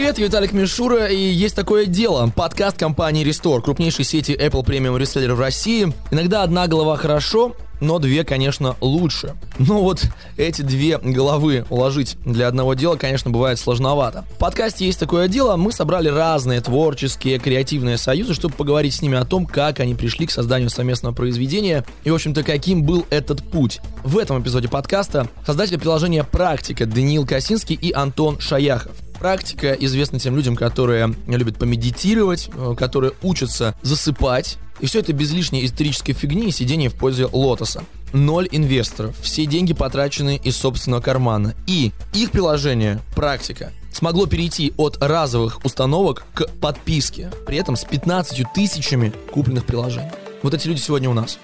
привет, Виталик Мишура, и есть такое дело. Подкаст компании Restore, крупнейшей сети Apple Premium Reseller в России. Иногда одна голова хорошо, но две, конечно, лучше. Ну вот эти две головы уложить для одного дела, конечно, бывает сложновато. В подкасте есть такое дело. Мы собрали разные творческие, креативные союзы, чтобы поговорить с ними о том, как они пришли к созданию совместного произведения и, в общем-то, каким был этот путь. В этом эпизоде подкаста создатели приложения «Практика» Даниил Косинский и Антон Шаяхов. «Практика» известна тем людям, которые любят помедитировать, которые учатся засыпать. И все это без лишней эзотерической фигни и сидения в позе лотоса. 0 инвесторов, все деньги потрачены из собственного кармана. И их приложение «Практика» смогло перейти от разовых установок к подписке, при этом с 15 тысячами купленных приложений. Вот эти люди сегодня у нас.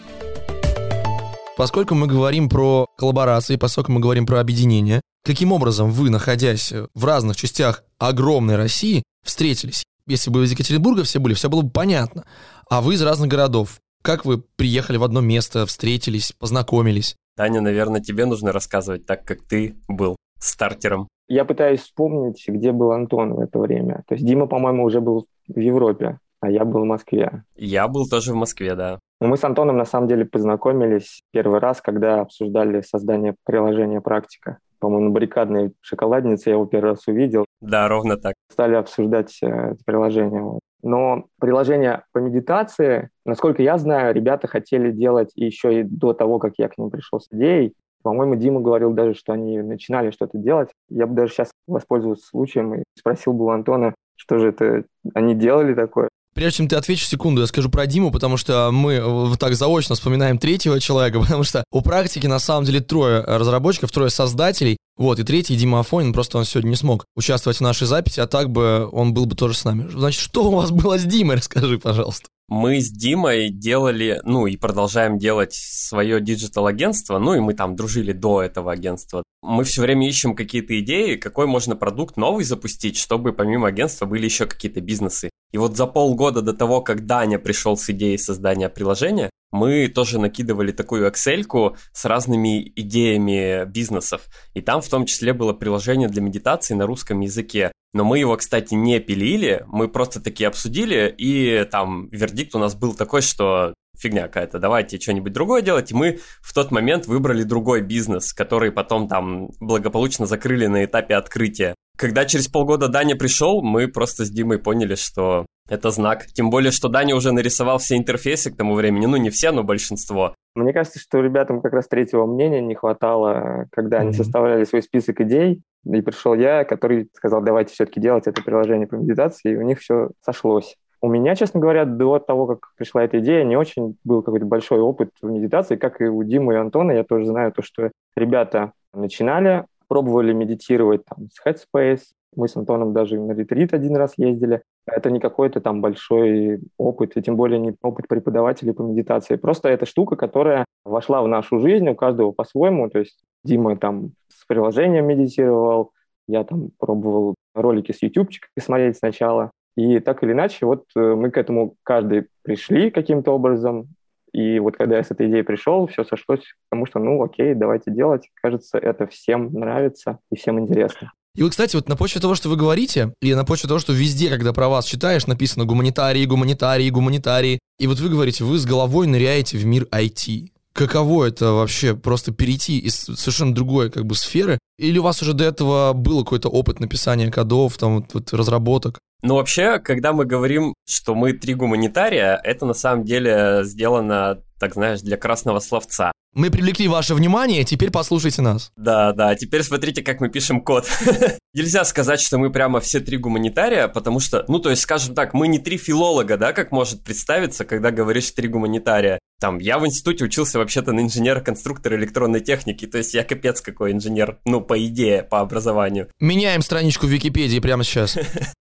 Поскольку мы говорим про коллаборации, поскольку мы говорим про объединение, каким образом вы, находясь в разных частях огромной России, встретились? Если бы из Екатеринбурга все были, все было бы понятно. А вы из разных городов. Как вы приехали в одно место, встретились, познакомились? Таня, наверное, тебе нужно рассказывать, так как ты был стартером. Я пытаюсь вспомнить, где был Антон в это время. То есть Дима, по-моему, уже был в Европе, а я был в Москве. Я был тоже в Москве, да. Но мы с Антоном, на самом деле, познакомились первый раз, когда обсуждали создание приложения «Практика». По-моему, на баррикадной шоколаднице я его первый раз увидел. Да, ровно так. Стали обсуждать это приложение. Но приложение по медитации, насколько я знаю, ребята хотели делать еще и до того, как я к ним пришел с идеей. По-моему, Дима говорил даже, что они начинали что-то делать. Я бы даже сейчас воспользовался случаем и спросил бы у Антона, что же это они делали такое. Прежде чем ты ответишь, секунду, я скажу про Диму, потому что мы вот так заочно вспоминаем третьего человека, потому что у «Практики» на самом деле 3 разработчиков, 3 создателей, вот, и третий Дима Афонин, просто он сегодня не смог участвовать в нашей записи, а так бы он был бы тоже с нами. Значит, что у вас было с Димой, расскажи, пожалуйста. Мы с Димой делали, и продолжаем делать свое диджитал-агентство, и мы там дружили до этого агентства. Мы все время ищем какие-то идеи, какой можно продукт новый запустить, чтобы помимо агентства были еще какие-то бизнесы. И вот за полгода до того, как Даня пришел с идеей создания приложения, мы тоже накидывали такую Excel-ку с разными идеями бизнесов. И там в том числе было приложение для медитации на русском языке. Но мы его, кстати, не пилили, мы просто таки обсудили, и там вердикт у нас был такой, что фигня какая-то, давайте что-нибудь другое делать. И мы в тот момент выбрали другой бизнес, который потом там благополучно закрыли на этапе открытия. Когда через полгода Даня пришел, мы просто с Димой поняли, что это знак. Тем более, что Даня уже нарисовал все интерфейсы к тому времени. Не все, но большинство. Мне кажется, что ребятам как раз третьего мнения не хватало, когда они составляли свой список идей. И пришел я, который сказал, давайте все-таки делать это приложение по медитации, и у них все сошлось. У меня, честно говоря, до того, как пришла эта идея, не очень был какой-то большой опыт в медитации, как и у Димы и Антона. Я тоже знаю то, что ребята начинали, пробовали медитировать там, с Headspace. Мы с Антоном даже на ретрит один раз ездили. Это не какой-то там большой опыт, и тем более не опыт преподавателей по медитации. Просто это штука, которая вошла в нашу жизнь, у каждого по-своему. То есть Дима там с приложением медитировал, я там пробовал ролики с ютубчика смотреть сначала. И так или иначе, вот мы к этому каждый пришли каким-то образом. И вот когда я с этой идеей пришел, все сошлось к тому, что окей, давайте делать. Кажется, это всем нравится и всем интересно. И вот, кстати, вот на почве того, что вы говорите, и на почве того, что везде, когда про вас читаешь, написано гуманитарии, гуманитарии, гуманитарии, и вот вы говорите, вы с головой ныряете в мир IT. Каково это вообще просто перейти из совершенно другой сферы? Или у вас уже до этого был какой-то опыт написания кодов, там вот разработок? Вообще, когда мы говорим, что мы 3 гуманитария, это на самом деле сделано, так знаешь, для красного словца. Мы привлекли ваше внимание, теперь послушайте нас. Да, теперь смотрите, как мы пишем код. Нельзя сказать, что мы прямо все 3 гуманитария, потому что, то есть, скажем так, мы не 3 филолога, да, как может представиться, когда говоришь 3 гуманитария. Там, я в институте учился вообще-то на инженера-конструктора электронной техники, то есть я капец какой инженер, по идее, по образованию. Меняем страничку в Википедии прямо сейчас.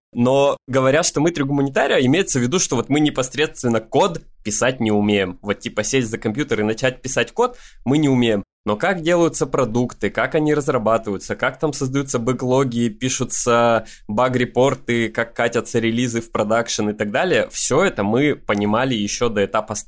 Но говоря, что мы 3 гуманитария, имеется в виду, что вот мы непосредственно код писать не умеем. Вот типа сесть за компьютер и начать писать код мы не умеем. Но как делаются продукты, как они разрабатываются, как там создаются бэклоги, пишутся баг-репорты, как катятся релизы в продакшн и так далее, все это мы понимали еще до этапа старта.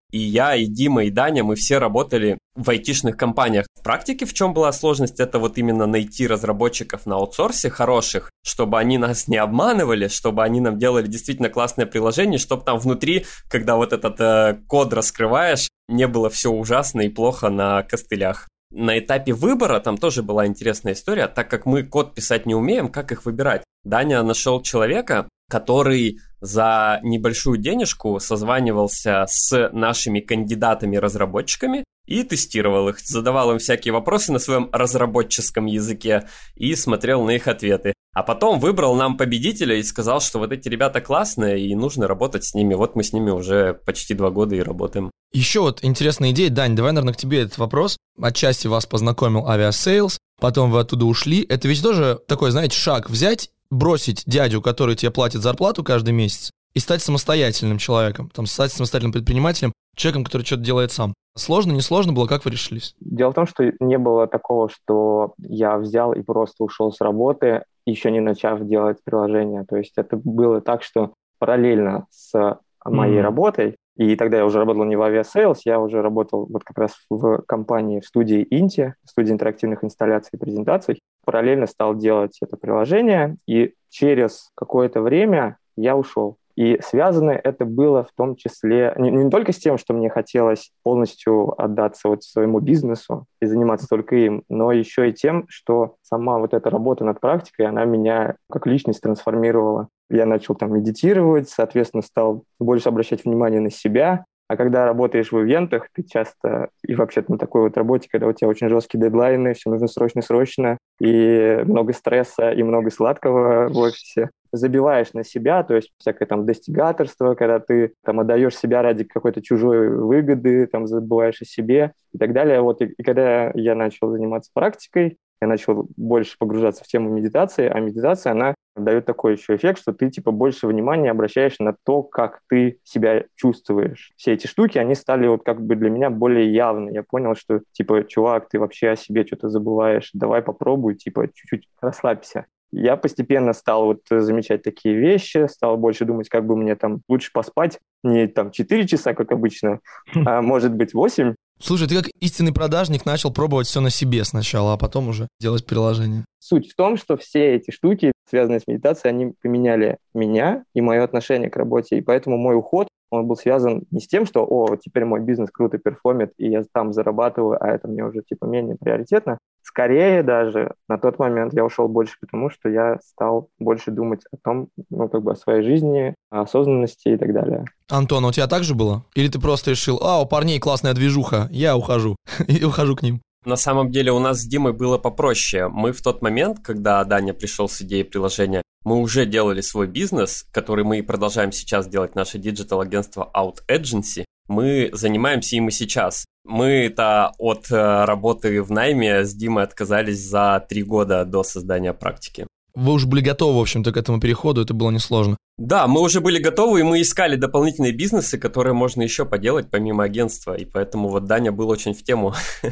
И я, и Дима, и Даня, мы все работали в айтишных компаниях. В практике в чем была сложность? Это вот именно найти разработчиков на аутсорсе хороших, чтобы они нас не обманывали, чтобы они нам делали действительно классное приложение, чтобы там внутри, когда вот этот код раскрываешь, не было все ужасно и плохо на костылях. На этапе выбора там тоже была интересная история, так как мы код писать не умеем, как их выбирать? Даня нашел человека, который за небольшую денежку созванивался с нашими кандидатами-разработчиками и тестировал их, задавал им всякие вопросы на своем разработческом языке и смотрел на их ответы. А потом выбрал нам победителя и сказал, что вот эти ребята классные и нужно работать с ними. Вот мы с ними уже почти 2 года и работаем. Еще вот интересная идея. Дань, давай, наверное, к тебе этот вопрос. Отчасти вас познакомил Aviasales, потом вы оттуда ушли. Это ведь тоже такой, знаете, шаг взять, бросить дядю, который тебе платит зарплату каждый месяц, и стать самостоятельным человеком, стать самостоятельным предпринимателем, человеком, который что-то делает сам. Сложно, не сложно было? Как вы решились? Дело в том, что не было такого, что я взял и просто ушел с работы, еще не начав делать приложение. То есть это было так, что параллельно с моей работой, и тогда я уже работал не в Aviasales, я уже работал вот как раз в компании, в студии Inti, студии интерактивных инсталляций и презентаций, параллельно стал делать это приложение, и через какое-то время я ушел. И связано это было в том числе не только с тем, что мне хотелось полностью отдаться вот своему бизнесу и заниматься только им, но еще и тем, что сама вот эта работа над практикой, она меня как личность трансформировала. Я начал там медитировать, соответственно, стал больше обращать внимание на себя. А когда работаешь в ивентах, ты часто, и вообще-то на такой вот работе, когда у тебя очень жесткие дедлайны, все нужно срочно-срочно, и много стресса, и много сладкого в офисе, забиваешь на себя, то есть всякое там достигаторство, когда ты там отдаешь себя ради какой-то чужой выгоды, там забываешь о себе и так далее. Вот, и когда я начал заниматься практикой, я начал больше погружаться в тему медитации, а медитация, она дает такой еще эффект, что ты типа больше внимания обращаешь на то, как ты себя чувствуешь. Все эти штуки, они стали вот как бы для меня более явны. Я понял, что типа, чувак, ты вообще о себе что-то забываешь, давай попробуй, типа, чуть-чуть расслабься. Я постепенно стал вот замечать такие вещи, стал больше думать, как бы мне там лучше поспать, не там 4 часа, как обычно, а может быть 8. Слушай, ты как истинный продажник начал пробовать все на себе сначала, а потом уже делать приложение. Суть в том, что все эти штуки, связанные с медитацией, они поменяли меня и мое отношение к работе, и поэтому мой уход, он был связан не с тем, что, теперь мой бизнес круто перформит, и я там зарабатываю, а это мне уже типа менее приоритетно. Скорее даже на тот момент я ушел больше потому, что я стал больше думать о том, о своей жизни, о осознанности и так далее. Антон, у тебя так же было? Или ты просто решил, у парней классная движуха, я ухожу, и ухожу к ним? На самом деле у нас с Димой было попроще. Мы в тот момент, когда Даня пришел с идеей приложения, мы уже делали свой бизнес, который мы и продолжаем сейчас делать, наше диджитал-агентство Out Agency. Мы занимаемся им и сейчас. Мы-то от работы в найме с Димой отказались за 3 года до создания практики. Вы уже были готовы, в общем-то, к этому переходу, это было несложно. Да, мы уже были готовы, и мы искали дополнительные бизнесы, которые можно еще поделать помимо агентства, и поэтому вот Даня был очень в тему.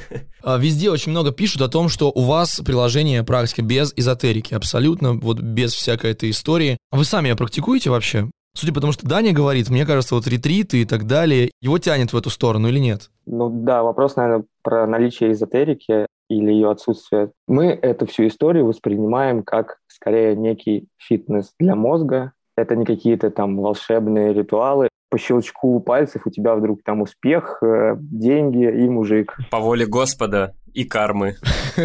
Везде очень много пишут о том, что у вас приложение практика без эзотерики, абсолютно, вот без всякой этой истории. Вы сами ее практикуете вообще? Судя по тому, что Даня говорит, мне кажется, вот ретриты и так далее, его тянет в эту сторону или нет? Да, вопрос, наверное, про наличие эзотерики или ее отсутствие. Мы эту всю историю воспринимаем как, скорее, некий фитнес для мозга. Это не какие-то там волшебные ритуалы. По щелчку пальцев у тебя вдруг там успех, деньги и мужик. По воле Господа и кармы.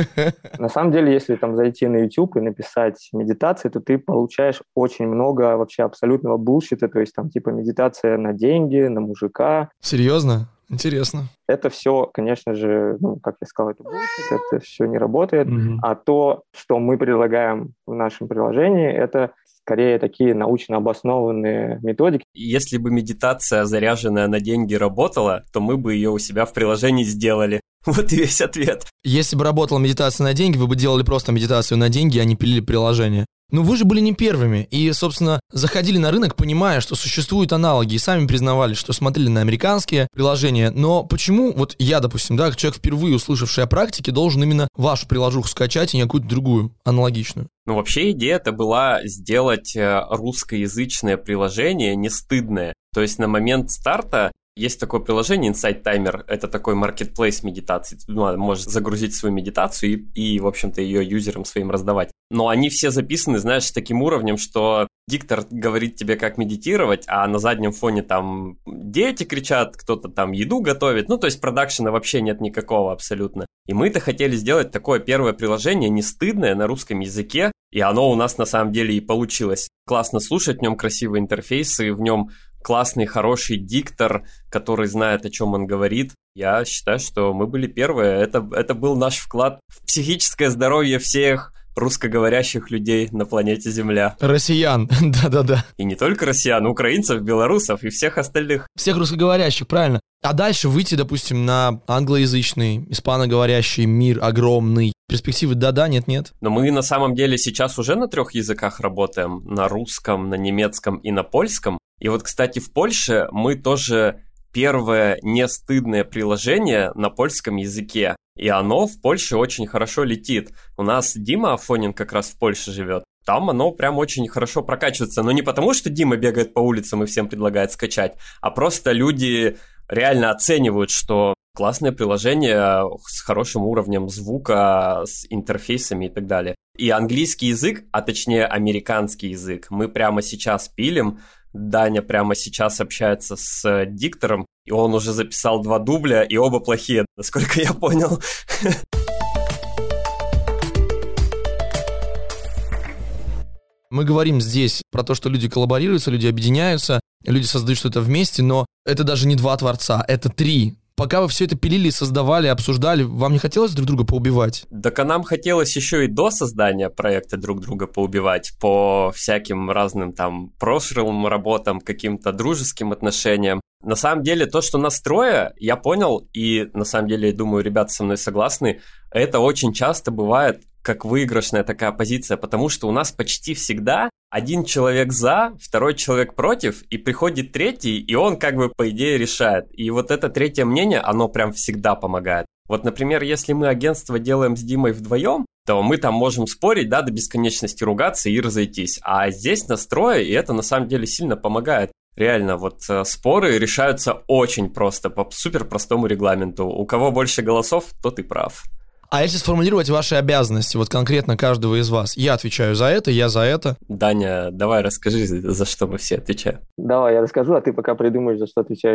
На самом деле, если там зайти на YouTube и написать медитации, то ты получаешь очень много вообще абсолютного булшита, то есть там типа медитация на деньги, на мужика. Серьезно? Интересно. Это все, конечно же, как я сказал, это булшит, это все не работает. А то, что мы предлагаем в нашем приложении, это скорее такие научно обоснованные методики. Если бы медитация, заряженная на деньги, работала, то мы бы ее у себя в приложении сделали. Вот и весь ответ. Если бы работала медитация на деньги, вы бы делали просто медитацию на деньги, а не пилили приложение. Но вы же были не первыми и, собственно, заходили на рынок, понимая, что существуют аналоги, и сами признавались, что смотрели на американские приложения. Но почему, вот я, допустим, как человек, впервые услышавший о практике, должен именно вашу приложуху скачать, а не какую-то другую, аналогичную? Вообще идея-то была сделать русскоязычное приложение не стыдное. То есть на момент старта Есть такое приложение Insight Timer, это такой marketplace медитации. Ты можешь загрузить свою медитацию и, в общем-то, ее юзерам своим раздавать. Но они все записаны, знаешь, с таким уровнем, что диктор говорит тебе, как медитировать, а на заднем фоне там дети кричат, кто-то там еду готовит. Ну, то есть продакшена вообще нет никакого абсолютно. И мы-то хотели сделать такое первое приложение, не стыдное, на русском языке, и оно у нас на самом деле и получилось. Классно слушать, в нем красивые интерфейсы, в нем классный, хороший диктор, который знает, о чем он говорит. Я считаю, что мы были первые. Это был наш вклад в психическое здоровье всех русскоговорящих людей на планете Земля. Россиян, да-да-да. И не только россиян, украинцев, белорусов и всех остальных. Всех русскоговорящих, правильно. А дальше выйти, допустим, на англоязычный, испаноговорящий мир огромный. Перспективы да-да, нет-нет. Но мы на самом деле сейчас уже на 3 языках работаем. На русском, на немецком и на польском. И вот, кстати, в Польше мы тоже первое не стыдное приложение на польском языке. И оно в Польше очень хорошо летит. У нас Дима Афонин как раз в Польше живет. Там оно прям очень хорошо прокачивается. Но не потому, что Дима бегает по улицам и всем предлагает скачать, а просто люди реально оценивают, что классное приложение с хорошим уровнем звука, с интерфейсами и так далее. И английский язык, а точнее американский язык, мы прямо сейчас пилим. Даня прямо сейчас общается с диктором, и он уже записал 2 дубля, и оба плохие, насколько я понял. Мы говорим здесь про то, что люди коллаборируются, люди объединяются, люди создают что-то вместе, но это даже не 2 творца, это 3. Пока вы все это пилили, создавали, обсуждали, вам не хотелось друг друга поубивать? Так а нам хотелось еще и до создания проекта друг друга поубивать по всяким разным там прошлым работам, каким-то дружеским отношениям. На самом деле то, что нас 3, я понял, и на самом деле, я думаю, ребята со мной согласны, это очень часто бывает как выигрышная такая позиция, потому что у нас почти всегда один человек за, 2 человек против, и приходит 3, и он как бы по идее решает. И вот это 3 мнение, оно прям всегда помогает. Вот, например, если мы агентство делаем с Димой вдвоем, то мы там можем спорить, да, до бесконечности ругаться и разойтись. А здесь нас 3, и это на самом деле сильно помогает. Реально, вот споры решаются очень просто, по супер простому регламенту. У кого больше голосов, тот и прав. А если сформулировать ваши обязанности, вот конкретно каждого из вас, я отвечаю за это, я за это. Даня, давай расскажи, за что мы все отвечаем. Давай, я расскажу, а ты пока придумаешь, за что отвечаешь.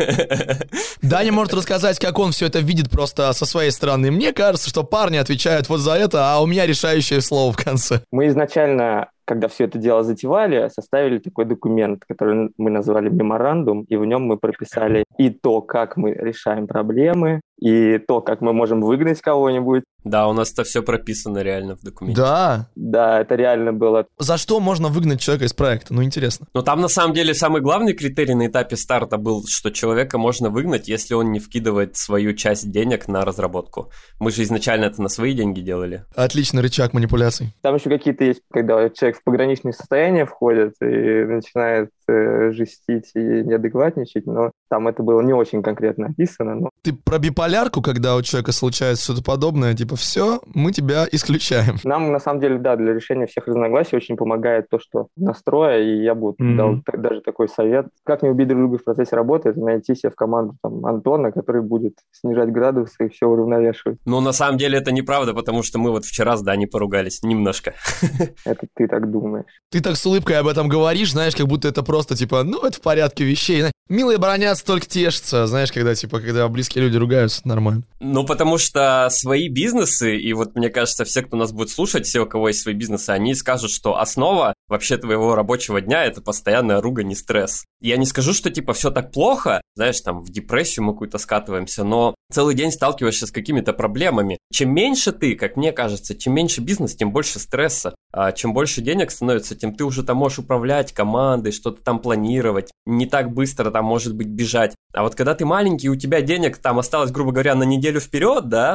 Даня может рассказать, как он все это видит просто со своей стороны. Мне кажется, что парни отвечают вот за это, а у меня решающее слово в конце. Мы изначально, когда все это дело затевали, составили такой документ, который мы назвали меморандум, и в нем мы прописали и то, как мы решаем проблемы, и то, как мы можем выгнать кого-нибудь. Да, у нас это все прописано реально в документе. Да? Да, это реально было. За что можно выгнать человека из проекта? Ну, интересно. Но там, на самом деле, самый главный критерий на этапе старта был, что человека можно выгнать, если он не вкидывает свою часть денег на разработку. Мы же изначально это на свои деньги делали. Отличный рычаг манипуляций. Там еще какие-то есть, когда человек в пограничное состояние входит и начинает жестить и неадекватничать, но там это было не очень конкретно описано. Но... Ты про биполярку, когда у человека случается что-то подобное, типа, все, мы тебя исключаем. Нам, на самом деле, да, для решения всех разногласий очень помогает то, что настроя, и я бы дал даже такой совет. Как не убить друг друга в процессе работы, это найти себе в команду там, Антона, который будет снижать градусы и все уравновешивать. Ну, на самом деле, это неправда, потому что мы вот вчера с Даней поругались немножко. Это ты так думаешь. Ты так с улыбкой об этом говоришь, знаешь, как будто это просто, типа, ну, это в порядке вещей. Милые бронятся, только тешатся, знаешь, когда близкие люди ругаются, это нормально. Ну, потому что свои бизнесы, и вот мне кажется, все, кто нас будет слушать, все, у кого есть свои бизнесы, они скажут, что основа вообще твоего рабочего дня — это постоянная ругань и стресс. Я не скажу, что, типа, все так плохо, знаешь, там, в депрессию мы какую-то скатываемся, но целый день сталкиваешься с какими-то проблемами. Чем меньше ты, как мне кажется, чем меньше бизнес, тем больше стресса. А чем больше денег становится, тем ты уже там можешь управлять командой, что-то там планировать, не так быстро там, может быть, бежать. А вот когда ты маленький, у тебя денег там осталось, грубо говоря, на неделю вперед, да,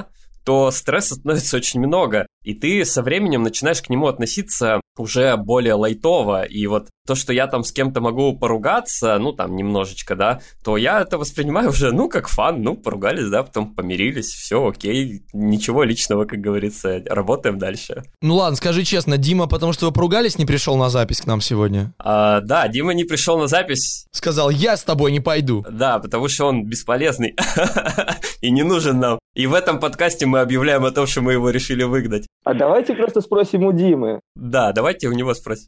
то стресса становится очень много. И ты со временем начинаешь к нему относиться уже более лайтово. И вот то, что я там с кем-то могу поругаться, ну, там, немножечко, да, то я это воспринимаю уже, ну, как фан, ну, поругались, да, потом помирились, все окей, ничего личного, как говорится, работаем дальше. Ну ладно, скажи честно, Дима, потому что вы поругались, не пришел на запись к нам сегодня? Да, Дима не пришел на запись. Сказал, я с тобой не пойду. Да, потому что он бесполезный и не нужен нам. И в этом подкасте мы объявляем о том, что мы его решили выгнать. А давайте просто спросим у Димы. Да, давайте у него спросим.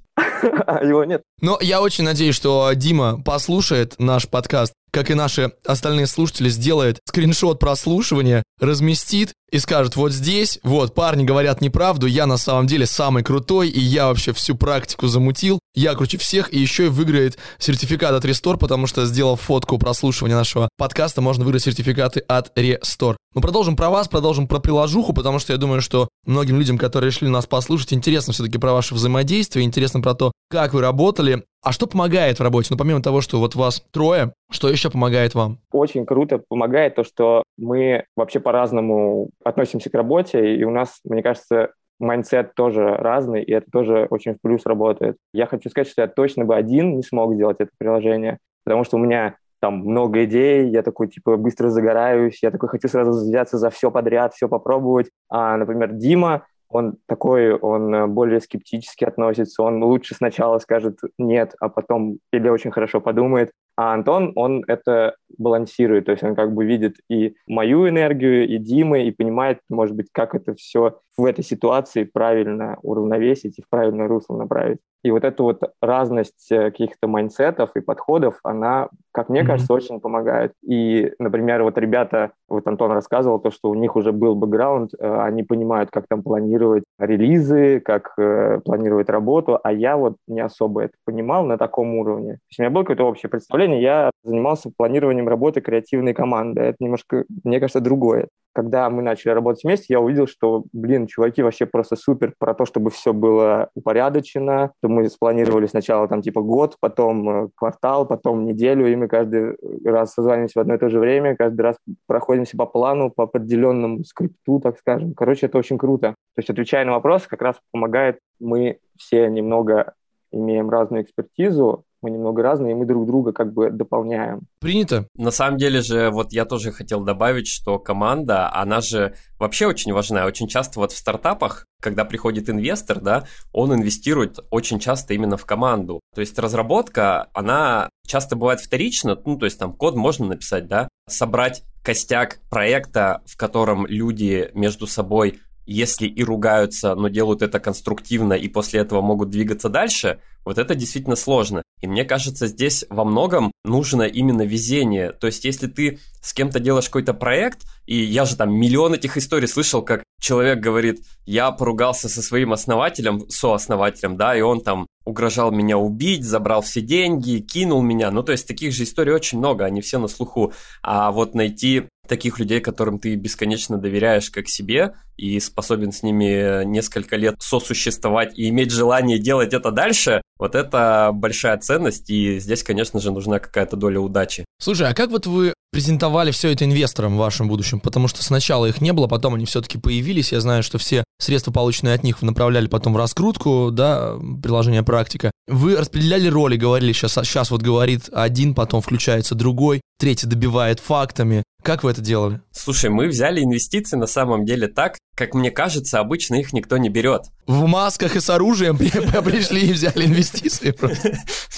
Его нет. Но я очень надеюсь, что Дима послушает наш подкаст, как и наши остальные слушатели, сделает скриншот прослушивания, разместит и скажет, вот здесь, вот, парни говорят неправду, я на самом деле самый крутой, и я вообще всю практику замутил, я круче всех, и еще и выиграет сертификат от Restore, потому что, сделав фотку прослушивания нашего подкаста, можно выиграть сертификаты от Restore. Мы продолжим про вас, продолжим про приложуху, потому что я думаю, что многим людям, которые решили нас послушать, интересно все-таки про ваше взаимодействие, интересно про то, как вы работали. А что помогает в работе? Ну, помимо того, что вот вас трое, что еще помогает вам? Очень круто помогает то, что мы вообще по-разному относимся к работе, и у нас, мне кажется, майндсет тоже разный, и это тоже очень в плюс работает. Я хочу сказать, что я точно бы один не смог сделать это приложение, потому что у меня там много идей, я такой, типа, быстро загораюсь, я такой хочу сразу взяться за все подряд, все попробовать. А, например, Дима, он такой, он более скептически относится, он лучше сначала скажет «нет», а потом или очень хорошо подумает. А Антон, он это балансирует, то есть он как бы видит и мою энергию, и Димы, и понимает, может быть, как это все в этой ситуации правильно уравновесить и в правильное русло направить. И вот эта вот разность каких-то майндсетов и подходов, она, как мне кажется, очень помогает. И, например, вот ребята, вот Антон рассказывал, то, что у них уже был бэкграунд, они понимают, как там планировать релизы, как планировать работу, а я вот не особо это понимал на таком уровне. То есть у меня было какое-то общее представление, я занимался планированием работы креативной команды. Это немножко, мне кажется, другое. Когда мы начали работать вместе, я увидел, что, чуваки вообще просто супер про то, чтобы все было упорядочено. То мы спланировали сначала там типа год, потом квартал, потом неделю, и мы каждый раз созваниваемся в одно и то же время, каждый раз проходимся по плану, по определенному скрипту, так скажем. Короче, это очень круто. То есть, отвечая на вопрос, как раз помогает, мы все немного имеем разную экспертизу, мы немного разные, и мы друг друга как бы дополняем. Принято. На самом деле же, вот я тоже хотел добавить, что команда, она же вообще очень важна. Очень часто вот в стартапах, когда приходит инвестор, да, он инвестирует очень часто именно в команду. То есть разработка, она часто бывает вторична, ну, то есть там код можно написать, да, собрать костяк проекта, в котором люди между собой, если и ругаются, но делают это конструктивно и после этого могут двигаться дальше, вот это действительно сложно. И мне кажется, здесь во многом нужно именно везение. То есть если ты с кем-то делаешь какой-то проект, и я же там миллион этих историй слышал, как человек говорит, я поругался со своим сооснователем, да, и он там угрожал меня убить, забрал все деньги, кинул меня. Ну, то есть таких же историй очень много, они все на слуху. А вот найти таких людей, которым ты бесконечно доверяешь как себе и способен с ними несколько лет сосуществовать и иметь желание делать это дальше, вот это большая ценность, и здесь, конечно же, нужна какая-то доля удачи. Слушай, а как вот вы презентовали все это инвесторам в вашем будущем? Потому что сначала их не было, потом они все-таки появились. Я знаю, что все средства, полученные от них, вы направляли потом в раскрутку, да, приложение «Практика». Вы распределяли роли, говорили, сейчас вот говорит один, потом включается другой, третий добивает фактами. Как вы это делали? Слушай, мы взяли инвестиции на самом деле так, как мне кажется, обычно их никто не берет. В масках и с оружием пришли и взяли инвестиции просто.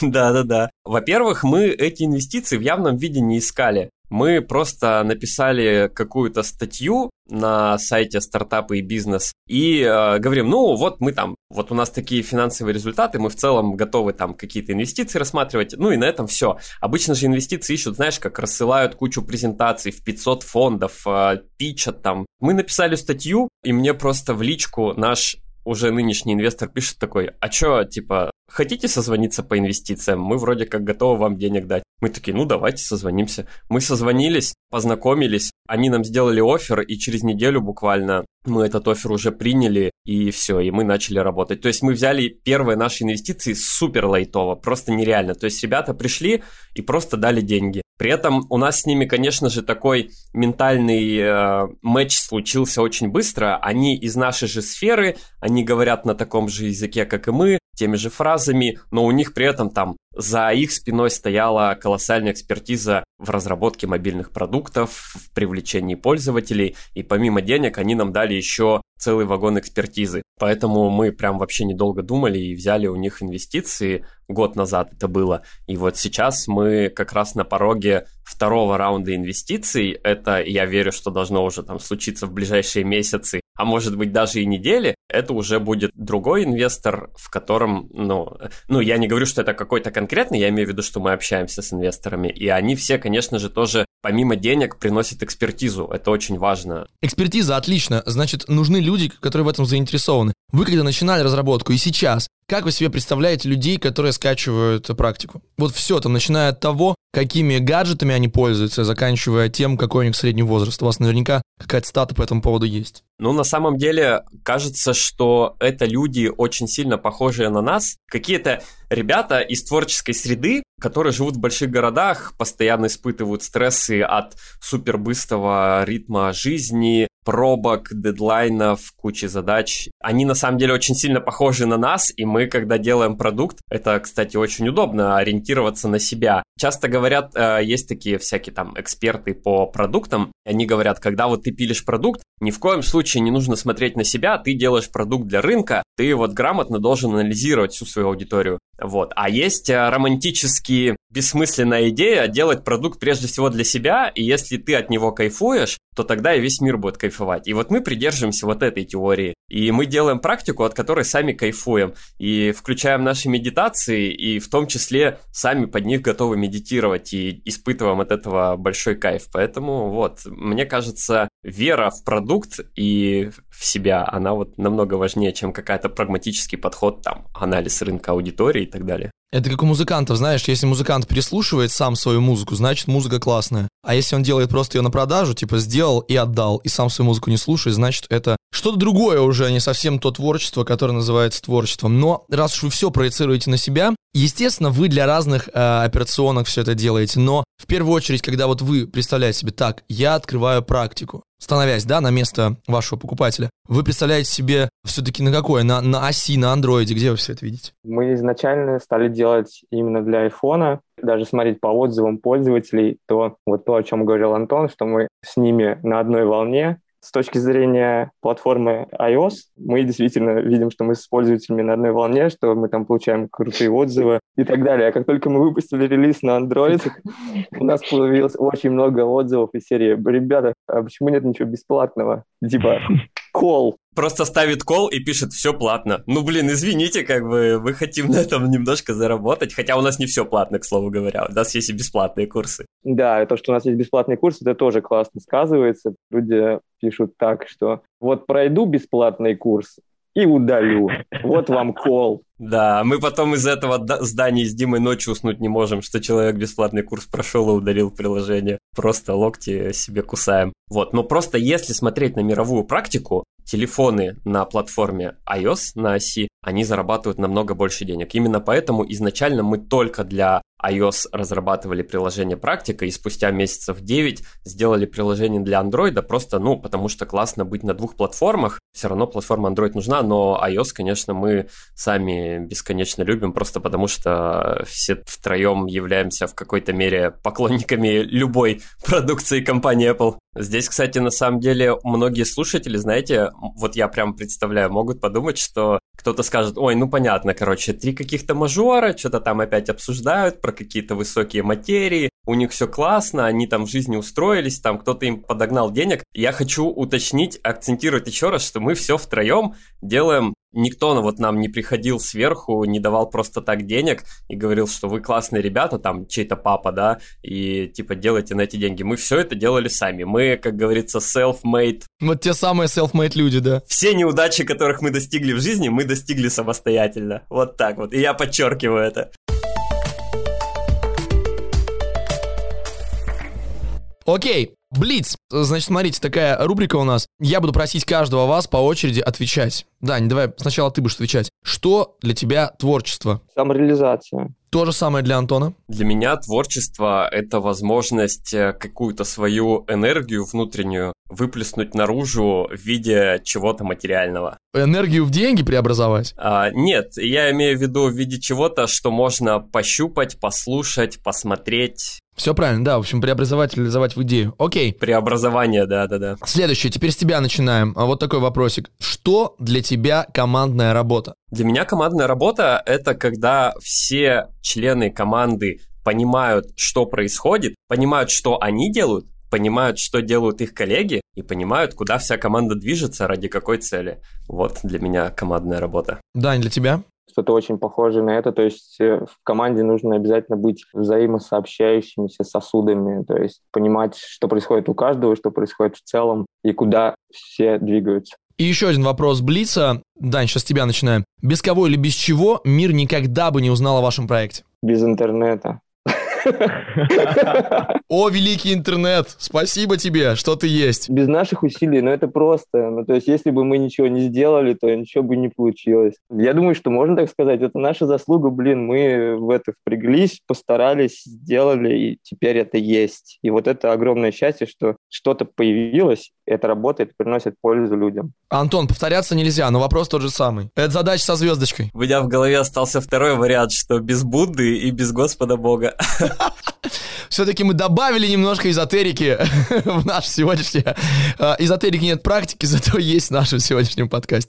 Да. Во-первых, мы эти инвестиции в явном виде не искали. Мы просто написали какую-то статью на сайте «Стартапы и бизнес» и говорим, ну вот мы там, вот у нас такие финансовые результаты, мы в целом готовы там какие-то инвестиции рассматривать, ну и на этом все. Обычно же инвестиции ищут, знаешь, как рассылают кучу презентаций в 500 фондов, питчат там. Мы написали статью, и мне просто в личку наш уже нынешний инвестор пишет такой, а чё, типа, хотите созвониться по инвестициям? Мы вроде как готовы вам денег дать. Мы такие, ну давайте созвонимся. Мы созвонились, познакомились, они нам сделали оффер, и через неделю буквально мы этот оффер уже приняли, и все, и мы начали работать. То есть мы взяли первые наши инвестиции супер лайтово, просто нереально. То есть ребята пришли и просто дали деньги. При этом у нас с ними, конечно же, такой ментальный матч случился очень быстро. Они из нашей же сферы, они говорят на таком же языке, как и мы, теми же фразами, но у них при этом там за их спиной стояла колоссальная экспертиза в разработке мобильных продуктов, в привлечении пользователей, и помимо денег они нам дали еще целый вагон экспертизы. Поэтому мы прям вообще недолго думали и взяли у них инвестиции, год назад это было. И вот сейчас мы как раз на пороге второго раунда инвестиций. Это, я верю, что должно уже там случиться в ближайшие месяцы, а может быть даже и недели. Это уже будет другой инвестор, в котором, я не говорю, что это какой-то конкретный, я имею в виду, что мы общаемся с инвесторами, и они все, конечно же, тоже помимо денег приносят экспертизу. Это очень важно. Экспертиза, отлично. Значит, нужны люди, которые в этом заинтересованы. Вы когда начинали разработку и сейчас, как вы себе представляете людей, которые скачивают практику? Вот все там, начиная от того, какими гаджетами они пользуются, заканчивая тем, какой у них средний возраст. У вас наверняка какая-то стата по этому поводу есть. На самом деле, кажется, что это люди очень сильно похожие на нас. Какие-то ребята из творческой среды, которые живут в больших городах, постоянно испытывают стрессы от супербыстрого ритма жизни, пробок, дедлайнов, кучи задач. Они на самом деле очень сильно похожи на нас, и мы, когда делаем продукт, это, кстати, очень удобно ориентироваться на себя. Часто говорят, есть такие всякие там эксперты по продуктам, и они говорят, когда вот ты пилишь продукт, ни в коем случае не нужно смотреть на себя, ты делаешь продукт для рынка, ты вот грамотно должен анализировать всю свою аудиторию. Вот. А есть романтически бессмысленная идея делать продукт прежде всего для себя, и если ты от него кайфуешь, то тогда и весь мир будет кайфовать. И вот мы придерживаемся вот этой теории. И мы делаем практику, от которой сами кайфуем. И включаем наши медитации, и в том числе сами под них готовы медитировать, и испытываем от этого большой кайф. Поэтому вот, мне кажется, вера в продукт и в себя, она вот намного важнее, чем какая-то прагматический подход, там, анализ рынка аудитории и так далее. Это как у музыкантов, знаешь, если музыкант переслушивает сам свою музыку, значит музыка классная. А если он делает просто ее на продажу, типа сделал и отдал, и сам свою музыку не слушает, значит это что-то другое уже, не совсем то творчество, которое называется творчеством. Но раз уж вы все проецируете на себя, естественно, вы для разных операционок все это делаете, но в первую очередь, когда вот вы представляете себе, так, я открываю практику, становясь, на место вашего покупателя, вы представляете себе все-таки на какое? На оси, на андроиде, где вы все это видите? Мы изначально стали делать именно для айфона, даже смотреть по отзывам пользователей, то вот то, о чем говорил Антон, что мы с ними на одной волне. С точки зрения платформы iOS, мы действительно видим, что мы с пользователями на одной волне, что мы там получаем крутые отзывы и так далее. А как только мы выпустили релиз на Android, у нас появилось очень много отзывов из серии «Ребята, а почему нет ничего бесплатного?» Типа «Кол». Просто ставит кол и пишет «все платно». Извините, мы хотим на этом немножко заработать, хотя у нас не все платно, к слову говоря, у нас есть и бесплатные курсы. Да, и то, что у нас есть бесплатный курс, это тоже классно сказывается. Люди пишут так, что вот пройду бесплатный курс и удалю. Вот вам кол. Да, мы потом из этого здания с Димой ночью уснуть не можем, что человек бесплатный курс прошел и удалил приложение. Просто локти себе кусаем. Но просто если смотреть на мировую практику, телефоны на платформе iOS, на оси, они зарабатывают намного больше денег. Именно поэтому изначально мы только для iOS разрабатывали приложение «Практика», и спустя месяцев 9 сделали приложение для Android, просто, потому что классно быть на двух платформах. Все равно платформа Android нужна, но iOS, конечно, мы сами бесконечно любим, просто потому что все втроем являемся в какой-то мере поклонниками любой продукции компании Apple. Здесь, кстати, на самом деле многие слушатели, знаете, вот я прям представляю, могут подумать, что кто-то скажет: ой, понятно, 3 каких-то мажора, что-то там опять обсуждают про какие-то высокие материи, у них все классно, они там в жизни устроились, там кто-то им подогнал денег. Я хочу уточнить, акцентировать еще раз, что мы все втроем делаем. Никто нам не приходил сверху, не давал просто так денег и говорил, что вы классные ребята, там чей-то папа, да, и делайте на эти деньги. Мы все это делали сами. Мы, как говорится, self-made. Вот те самые self-made люди, да. Все неудачи, которых мы достигли в жизни, мы достигли самостоятельно. Вот так вот. И я подчеркиваю это. Окей, Блиц. Значит, смотрите, такая рубрика у нас. Я буду просить каждого вас по очереди отвечать. Дань, давай сначала ты будешь отвечать. Что для тебя творчество? Самореализация. То же самое для Антона. Для меня творчество — это возможность какую-то свою энергию внутреннюю выплеснуть наружу в виде чего-то материального. Энергию в деньги преобразовать? Нет, я имею в виду в виде чего-то, что можно пощупать, послушать, посмотреть. Все правильно, да, в общем, преобразовать, реализовать в идею. Окей. Преобразование, да. Следующее, теперь с тебя начинаем. Вот такой вопросик. Что для тебя командная работа? Для меня командная работа — это когда все члены команды понимают, что происходит, понимают, что они делают, понимают, что делают их коллеги, и понимают, куда вся команда движется, ради какой цели. Вот для меня командная работа. Дань, для тебя? Что-то очень похожее на это, то есть в команде нужно обязательно быть взаимосообщающимися сосудами, то есть понимать, что происходит у каждого, что происходит в целом и куда все двигаются. И еще один вопрос Блица. Дань, сейчас с тебя начинаем. Без кого или без чего мир никогда бы не узнал о вашем проекте? Без интернета. О, великий интернет, спасибо тебе, что ты есть. Без наших усилий, это просто. То есть, если бы мы ничего не сделали, то ничего бы не получилось. Я думаю, что можно так сказать, это наша заслуга, мы в это впряглись, постарались, сделали, и теперь это есть. И вот это огромное счастье, что что-то появилось, это работает, приносит пользу людям. Антон, повторяться нельзя, но вопрос тот же самый. Это задача со звездочкой. У меня в голове остался второй вариант, что без Будды и без Господа Бога. Все-таки мы добавили немножко эзотерики в наш сегодняшний... Эзотерики нет практики, зато есть в нашем сегодняшнем подкасте.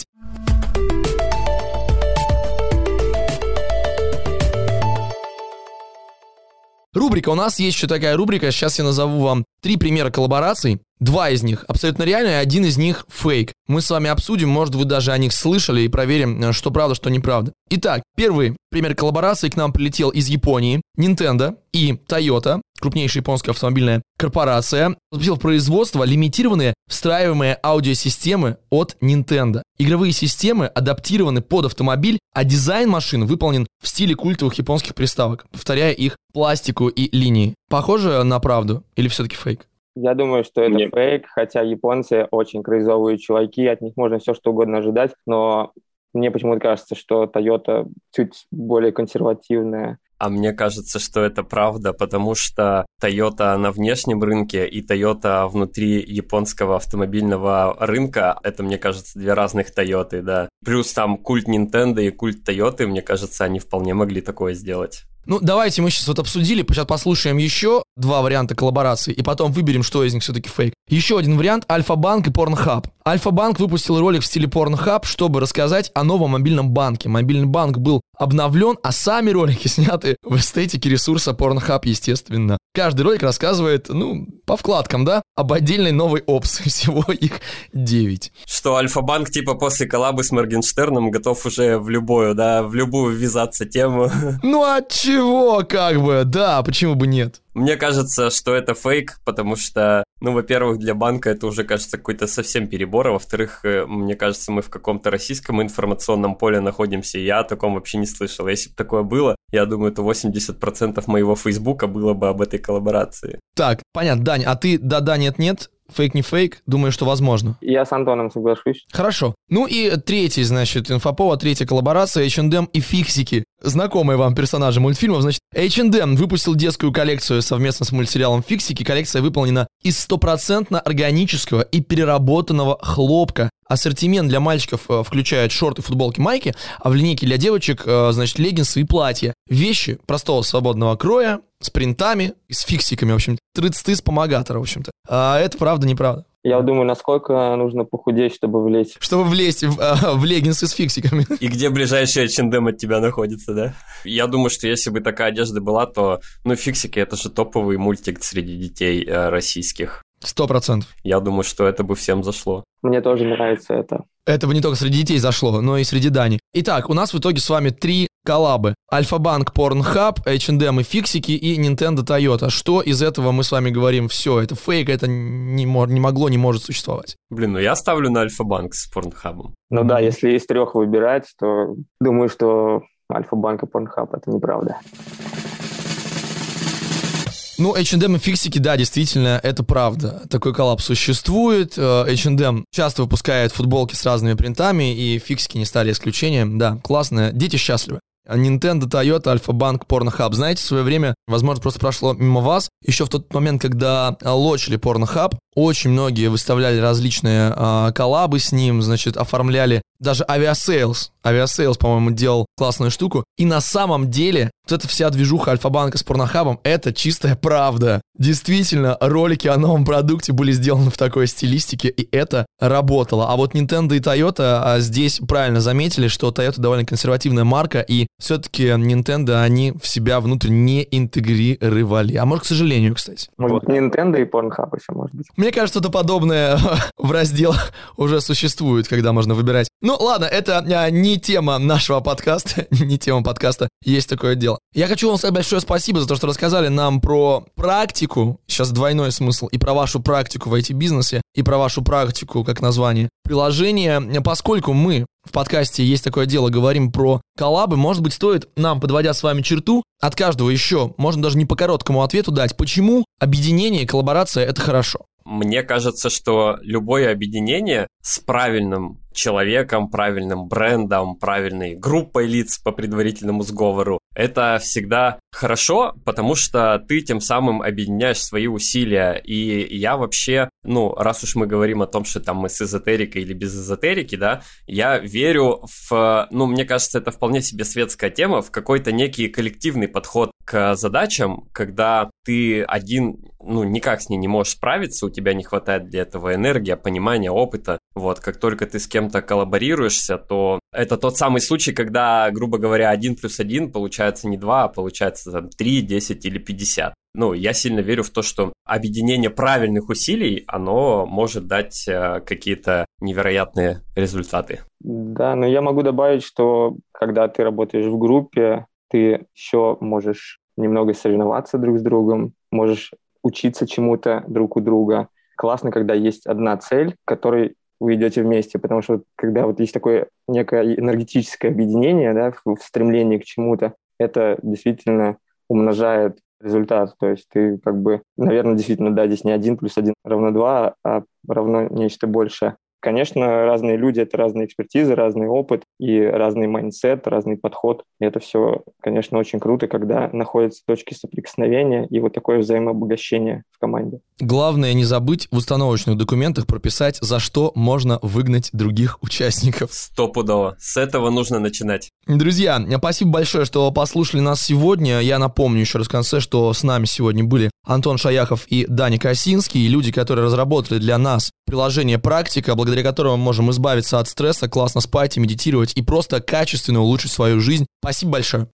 Рубрика. У нас есть еще такая рубрика. Сейчас я назову вам 3 примера коллабораций. 2 из них абсолютно реальные, 1 из них фейк. Мы с вами обсудим, может, вы даже о них слышали, и проверим, что правда, что неправда. Итак, первый пример коллаборации к нам прилетел из Японии. Nintendo и Toyota, крупнейшая японская автомобильная корпорация, запустила в производство лимитированные встраиваемые аудиосистемы от Nintendo. Игровые системы адаптированы под автомобиль, а дизайн машин выполнен в стиле культовых японских приставок, повторяя их пластику и линии. Похоже на правду или все-таки фейк? Я думаю, что это фейк, хотя японцы очень крейзовые чуваки, от них можно все что угодно ожидать, но мне почему-то кажется, что Toyota чуть более консервативная. А мне кажется, что это правда, потому что Toyota на внешнем рынке и Toyota внутри японского автомобильного рынка, это, мне кажется, 2 разных Toyota, да. Плюс там культ Nintendo и культ Toyota, мне кажется, они вполне могли такое сделать. Давайте мы сейчас обсудили, сейчас послушаем еще 2 варианта коллаборации, и потом выберем, что из них все-таки фейк. Еще один вариант – Альфа-банк и Pornhub. Альфа-банк выпустил ролик в стиле Pornhub, чтобы рассказать о новом мобильном банке. Мобильный банк был обновлен, а сами ролики сняты в эстетике ресурса Pornhub, естественно. Каждый ролик рассказывает, по вкладкам, да, об отдельной новой опции, всего их 9. Что Альфа-банк типа после коллабы с Моргенштерном готов уже в любую ввязаться тему. А чего, да, почему бы нет? Мне кажется, что это фейк, потому что, во-первых, для банка это уже кажется какой-то совсем перебор, а во-вторых, мне кажется, мы в каком-то российском информационном поле находимся, и я о таком вообще не слышал. Если бы такое было, я думаю, то 80% моего Фейсбука было бы об этой коллаборации. Так, понятно. Дань, а ты да-да, нет-нет? Фейк не фейк, думаю, что возможно. Я с Антоном соглашусь. Хорошо. И третий, инфоповод, 3-я коллаборация H&M и Фиксики. Знакомые вам персонажи мультфильмов. H&M выпустил детскую коллекцию совместно с мультсериалом Фиксики. Коллекция выполнена из 100% органического и переработанного хлопка. Ассортимент для мальчиков включает шорты, футболки, майки, а в линейке для девочек, леггинсы и платья. Вещи простого свободного кроя, с принтами, с фиксиками, в общем-то. Трыц-тыц помогатора, в общем-то. А это правда, неправда? Я думаю, насколько нужно похудеть, чтобы влезть. Чтобы влезть в леггинсы с фиксиками. И где ближайший H&M от тебя находится, да? Я думаю, что если бы такая одежда была, то, фиксики — это же топовый мультик среди детей российских. 100%. Я думаю, что это бы всем зашло. Мне тоже нравится это. Это бы не только среди детей зашло, но и среди Дани. Итак, у нас в итоге с вами 3 коллабы. Альфа-банк, Pornhub, H&M и Фиксики и Nintendo, Toyota. Что из этого мы с вами говорим? Все, это фейк, это не может существовать. Я ставлю на Альфа-банк с Pornhub. Да, если из 3 выбирать, то думаю, что Альфа-банк и Pornhub — это неправда. Ну, H&M и фиксики, да, действительно, это правда. Такой коллапс существует. H&M часто выпускает футболки с разными принтами, и фиксики не стали исключением. Да, классно, дети счастливы. Nintendo, Toyota, Альфа-банк, Pornhub. Знаете, в свое время, возможно, просто прошло мимо вас, еще в тот момент, когда лочили Pornhub, очень многие выставляли различные коллабы с ним, значит, оформляли даже авиасейлс. Авиасейлс, по-моему, делал классную штуку. И на самом деле, вот эта вся движуха Альфа-банка с Порнохабом, это чистая правда. Действительно, ролики о новом продукте были сделаны в такой стилистике, и это работало. А вот Nintendo и Toyota здесь правильно заметили, что Toyota довольно консервативная марка, и все-таки Nintendo они в себя внутрь не интегрировали. А может, к сожалению, кстати. Может, Nintendo и Pornhub еще, может быть. Мне кажется, что-то подобное в разделах уже существует, когда можно выбирать. Ну, ладно, это не тема нашего подкаста, не тема подкаста, есть такое дело. Я хочу вам сказать большое спасибо за то, что рассказали нам про практику, сейчас двойной смысл, и про вашу практику в IT-бизнесе, и про вашу практику, как название приложения. Поскольку мы в подкасте «Есть такое дело» говорим про коллабы, может быть, стоит нам, подводя с вами черту, от каждого еще, можно даже не по короткому ответу дать, почему объединение и коллаборация – это хорошо. Мне кажется, что любое объединение с правильным человеком, правильным брендом, правильной группой лиц по предварительному сговору, это всегда хорошо, потому что ты тем самым объединяешь свои усилия. И я вообще, раз уж мы говорим о том, что там мы с эзотерикой или без эзотерики, да, я верю в, мне кажется, это вполне себе светская тема, в какой-то некий коллективный подход к задачам, когда ты один, никак с ней не можешь справиться, у тебя не хватает для этого энергии, понимания, опыта. Вот, как только ты с кем-то коллаборируешься, то это тот самый случай, когда, грубо говоря, 1 + 1 получается не 2, а получается там 3, 10 или 50. Я сильно верю в то, что объединение правильных усилий, оно может дать какие-то невероятные результаты. Да, но я могу добавить, что когда ты работаешь в группе, ты еще можешь немного соревноваться друг с другом, можешь учиться чему-то друг у друга. Классно, когда есть одна цель, к которой вы идете вместе, потому что когда вот есть такое некое энергетическое объединение, да, в стремлении к чему-то, это действительно умножает результат. То есть ты наверное, действительно, да, здесь не 1 + 1 равно 2, а равно нечто большее. Конечно, разные люди — это разные экспертизы, разный опыт и разный майндсет, разный подход. И это все, конечно, очень круто, когда находятся точки соприкосновения и вот такое взаимообогащение в команде. Главное не забыть в установочных документах прописать, за что можно выгнать других участников. Стопудово. С этого нужно начинать. Друзья, спасибо большое, что послушали нас сегодня. Я напомню еще раз в конце, что с нами сегодня были Антон Шаяхов и Даня Косинский, люди, которые разработали для нас приложение «Практика», благодаря которому мы можем избавиться от стресса, классно спать и медитировать и просто качественно улучшить свою жизнь. Спасибо большое.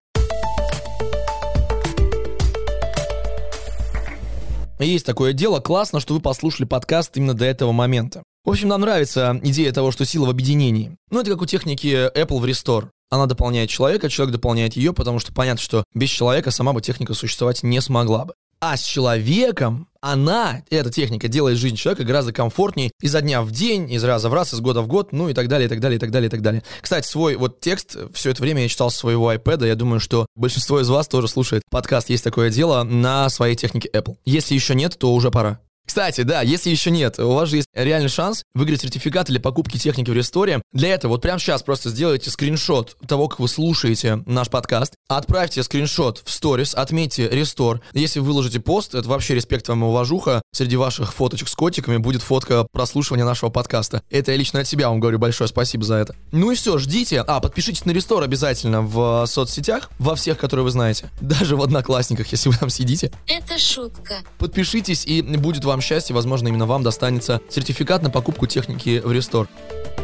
Есть такое дело. Классно, что вы послушали подкаст именно до этого момента. В общем, нам нравится идея того, что сила в объединении. Это как у техники Apple в Restore. Она дополняет человека, человек дополняет ее, потому что понятно, что без человека сама бы техника существовать не смогла бы. А с человеком эта техника делает жизнь человека гораздо комфортнее изо дня в день, из раза в раз, из года в год, и так далее, и так далее, и так далее, и так далее. Кстати, свой текст все это время я читал с своего iPad, я думаю, что большинство из вас тоже слушает подкаст «Есть такое дело» на своей технике Apple. Если еще нет, то уже пора. Кстати, да, если еще нет, у вас же есть реальный шанс выиграть сертификат для покупки техники в Restore. Для этого прямо сейчас просто сделайте скриншот того, как вы слушаете наш подкаст, отправьте скриншот в сторис, отметьте Restore. Если вы выложите пост, это вообще респект вам и уважуха. Среди ваших фоточек с котиками будет фотка прослушивания нашего подкаста. Это я лично от себя вам говорю большое спасибо за это. И все, ждите. Подпишитесь на Restore обязательно в соцсетях, во всех, которые вы знаете. Даже в Одноклассниках, если вы там сидите. Это шутка. Подпишитесь, и будет вам счастье, возможно, именно вам достанется сертификат на покупку техники в Restore.